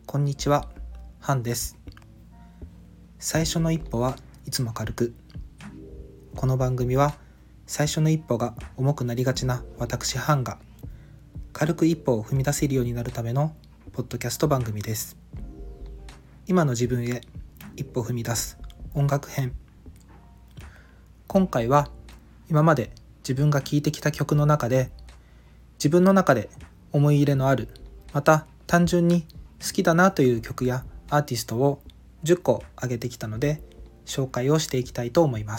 こんにちは、ハンです。最初の一歩はいつも軽く。この番組は最初の一歩が重くなりがちな私ハンが軽く一歩を踏み出せるようになるためのポッドキャスト番組です。今の自分へ一歩踏み出す音楽編。今回は今まで自分が聴いてきた曲の中で自分の中で思い入れのある、また単純に好きだなという曲やアーティストを10個挙げてきたので紹介をしていきたいと思います。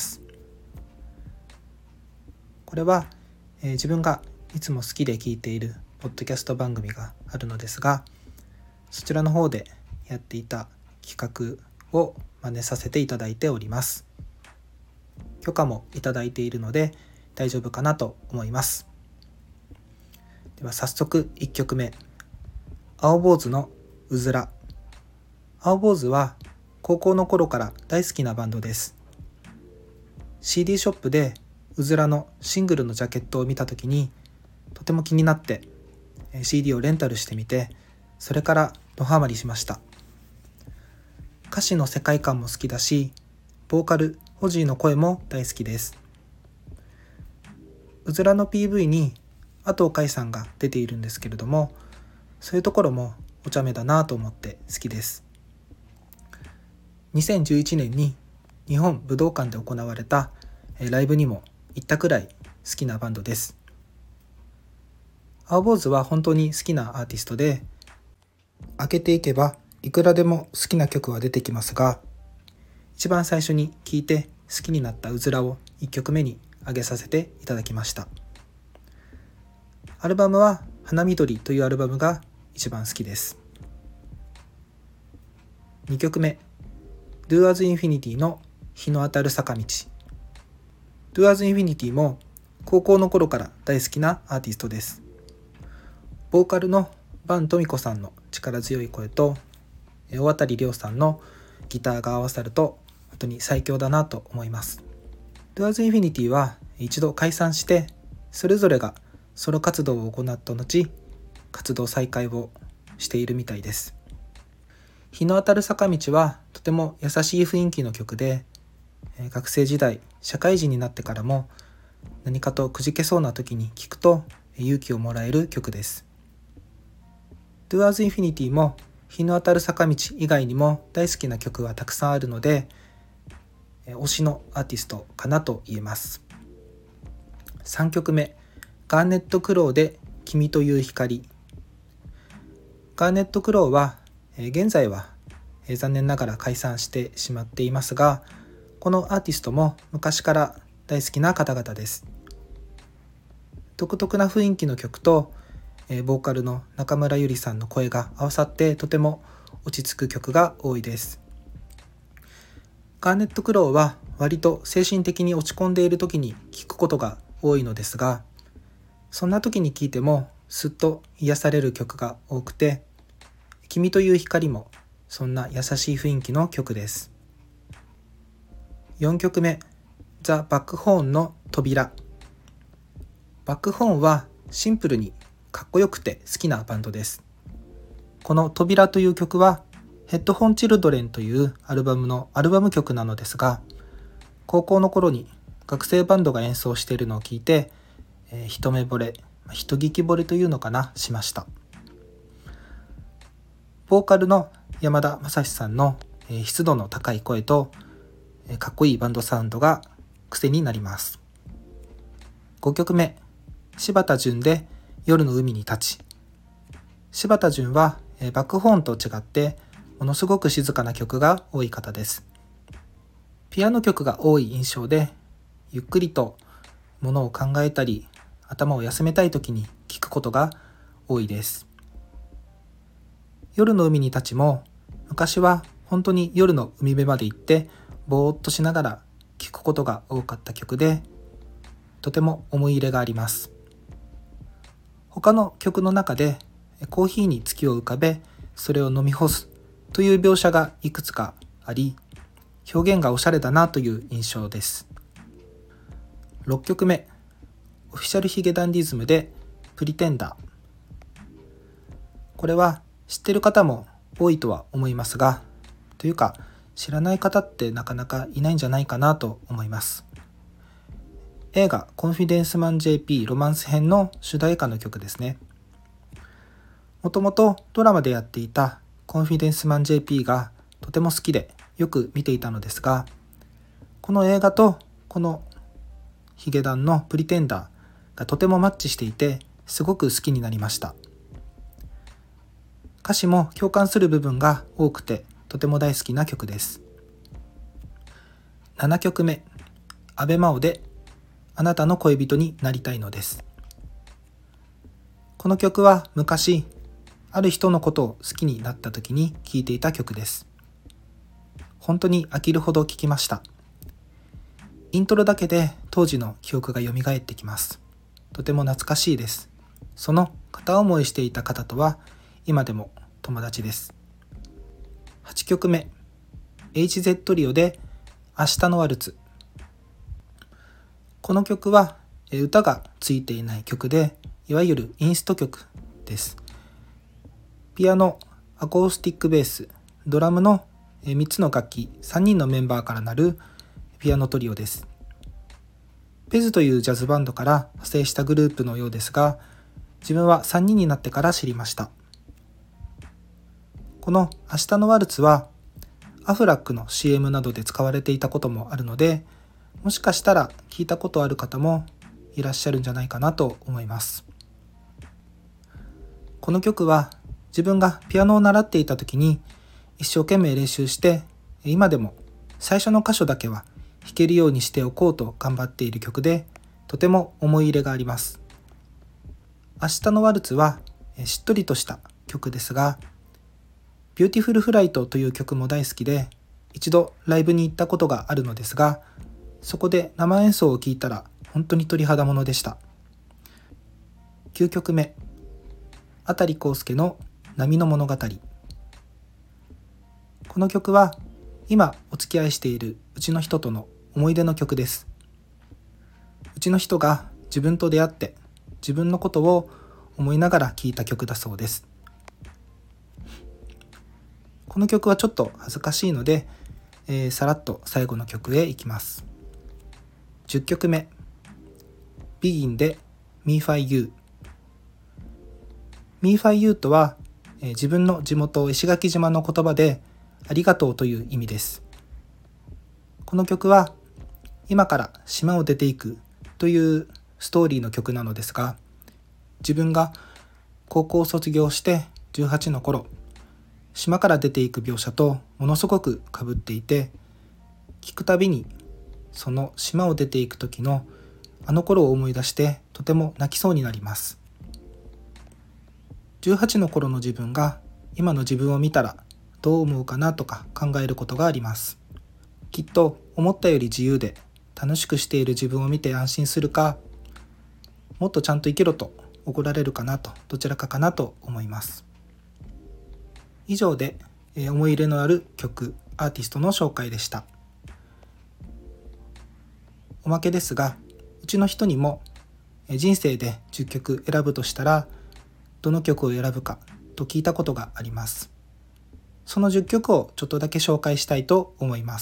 これは、自分がいつも好きで聴いているポッドキャスト番組があるのですが、そちらの方でやっていた企画を真似させていただいております。許可もいただいているので大丈夫かなと思います。では早速1曲目、青坊主のうずら。青坊主は高校の頃から大好きなバンドです。 CD ショップでうずらのシングルのジャケットを見た時にとても気になって CD をレンタルしてみて、それからドハマりしました。歌詞の世界観も好きだし、ボーカルホジーの声も大好きです。うずらの PV に阿藤海さんが出ているんですけれども、そういうところもお茶目だなと思って好きです。2011年に日本武道館で行われたライブにも行ったくらい好きなバンドです。青坊主は本当に好きなアーティストで、開けていけばいくらでも好きな曲は出てきますが、一番最初に聴いて好きになったうずらを1曲目に挙げさせていただきました。アルバムは花緑というアルバムが一番好きです。2曲目、Do As Infinity の日の当たる坂道。Do As Infinity も高校の頃から大好きなアーティストです。ボーカルの伴富子さんの力強い声と大渡亮さんのギターが合わさると本当に最強だなと思います。Do As Infinity は一度解散してそれぞれがソロ活動を行った後、活動再開をしているみたいです。日の当たる坂道はとても優しい雰囲気の曲で、学生時代、社会人になってからも何かとくじけそうな時に聴くと勇気をもらえる曲です。Do As Infinity も日の当たる坂道以外にも大好きな曲はたくさんあるので、推しのアーティストかなと言えます。3曲目、ガーネット・クローで君という光。ガーネット・クローは現在は残念ながら解散してしまっていますが、このアーティストも昔から大好きな方々です。独特な雰囲気の曲とボーカルの中村ゆりさんの声が合わさってとても落ち着く曲が多いです。ガーネット・クローは割と精神的に落ち込んでいる時に聴くことが多いのですが、そんな時に聴いてもすっと癒される曲が多くて、君という光もそんな優しい雰囲気の曲です。4曲目、ザ・バックホーンの扉。バックホーンはシンプルにかっこよくて好きなバンドです。この扉という曲はヘッドホンチルドレンというアルバム曲なのですが、高校の頃に学生バンドが演奏しているのを聞いて、一目惚れ、一聞き惚れというのかな、しました。ボーカルの山田正史さんの湿度の高い声とかっこいいバンドサウンドが癖になります。5曲目、柴田純で夜の海に立ち。柴田純はバックホーンと違ってものすごく静かな曲が多い方です。ピアノ曲が多い印象で、ゆっくりとものを考えたり頭を休めたい時に聴くことが多いです。夜の海に立ちも昔は本当に夜の海辺まで行ってぼーっとしながら聴くことが多かった曲で、とても思い入れがあります。他の曲の中でコーヒーに月を浮かべそれを飲み干すという描写がいくつかあり、表現がおしゃれだなという印象です。6曲目、オフィシャルヒゲダンディズムでプリテンダー。これは知ってる方も多いとは思いますが、というか知らない方ってなかなかいないんじゃないかなと思います。映画コンフィデンスマン JP ロマンス編の主題歌の曲ですね。もともとドラマでやっていたコンフィデンスマン JP がとても好きでよく見ていたのですが、この映画とこのヒゲダンのプリテンダーがとてもマッチしていてすごく好きになりました。歌詞も共感する部分が多くてとても大好きな曲です。7曲目、阿部真央であなたの恋人になりたいのです。この曲は昔ある人のことを好きになった時に聴いていた曲です。本当に飽きるほど聴きました。イントロだけで当時の記憶が蘇ってきます。とても懐かしいです。その片思いしていた方とは今でも友達です。8曲目、HZ トリオで明日のワルツ。この曲は歌がついていない曲で、いわゆるインスト曲です。ピアノ、アコースティックベース、ドラムの3つの楽器、3人のメンバーからなるピアノトリオです。ペズというジャズバンドから派生したグループのようですが、自分は3人になってから知りました。この明日のワルツはアフラックの CM などで使われていたこともあるので、もしかしたら聞いたことある方もいらっしゃるんじゃないかなと思います。この曲は自分がピアノを習っていた時に一生懸命練習して、今でも最初の箇所だけは弾けるようにしておこうと頑張っている曲で、とても思い入れがあります。明日のワルツはしっとりとした曲ですが、ビューティフルフライトという曲も大好きで、一度ライブに行ったことがあるのですが、そこで生演奏を聴いたら本当に鳥肌ものでした。9曲目、辺康介の波の物語。この曲は今お付き合いしているうちの人との思い出の曲です。うちの人が自分と出会って自分のことを思いながら聴いた曲だそうです。この曲はちょっと恥ずかしいので、さらっと最後の曲へ行きます。10曲目、Begin で Me-Fi-You。Me-Fi-You とは、自分の地元石垣島の言葉でありがとうという意味です。この曲は今から島を出ていくというストーリーの曲なのですが、自分が高校を卒業して18の頃、島から出ていく描写とものすごく被っていて、聞くたびにその島を出ていく時のあの頃を思い出してとても泣きそうになります。18の頃の自分が今の自分を見たらどう思うかなとか考えることがあります。きっと思ったより自由で楽しくしている自分を見て安心するか、もっとちゃんと生きろと怒られるかなと、どちらかかなと思います。以上で思い入れのある曲、アーティストの紹介でした。おまけですが、うちの人にも人生で10曲選ぶとしたらどの曲を選ぶかと聞いたことがあります。その10曲をちょっとだけ紹介したいと思います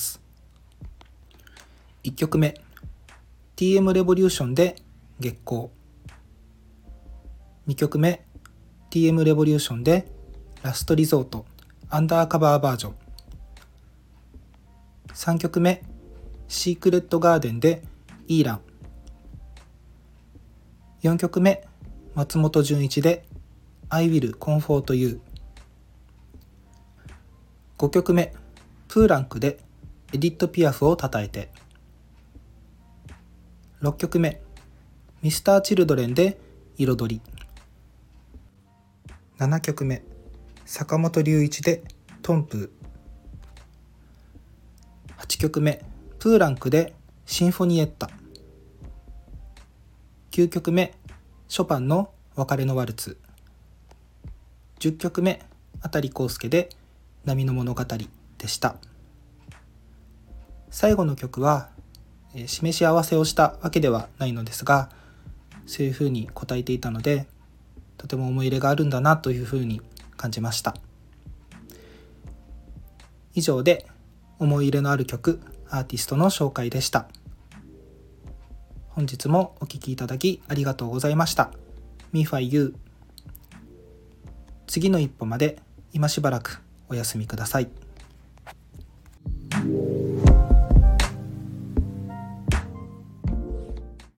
。1曲目、TM レボリューションで月光。2曲目、TM レボリューションでラストリゾートアンダーカバーバージョン。3曲目、シークレットガーデンでイーラン。4曲目、松本潤一で I will comfort you。 5曲目、プーランクでエディット・ピアフをたたえて。6曲目、ミスター・チルドレンで彩り。7曲目、坂本龍一でトンプー。8曲目、プーランクでシンフォニエッタ。9曲目、ショパンの別れのワルツ。10曲目、辺康介で波の物語でした。最後の曲は示し合わせをしたわけではないのですが、そういうふうに答えていたので、とても思い入れがあるんだなというふうに感じました。 以上で思い入れのある曲、アーティストの紹介でした。本日もお聴きいただきありがとうございました。MiFi-U。次の一歩まで今しばらくお休みください。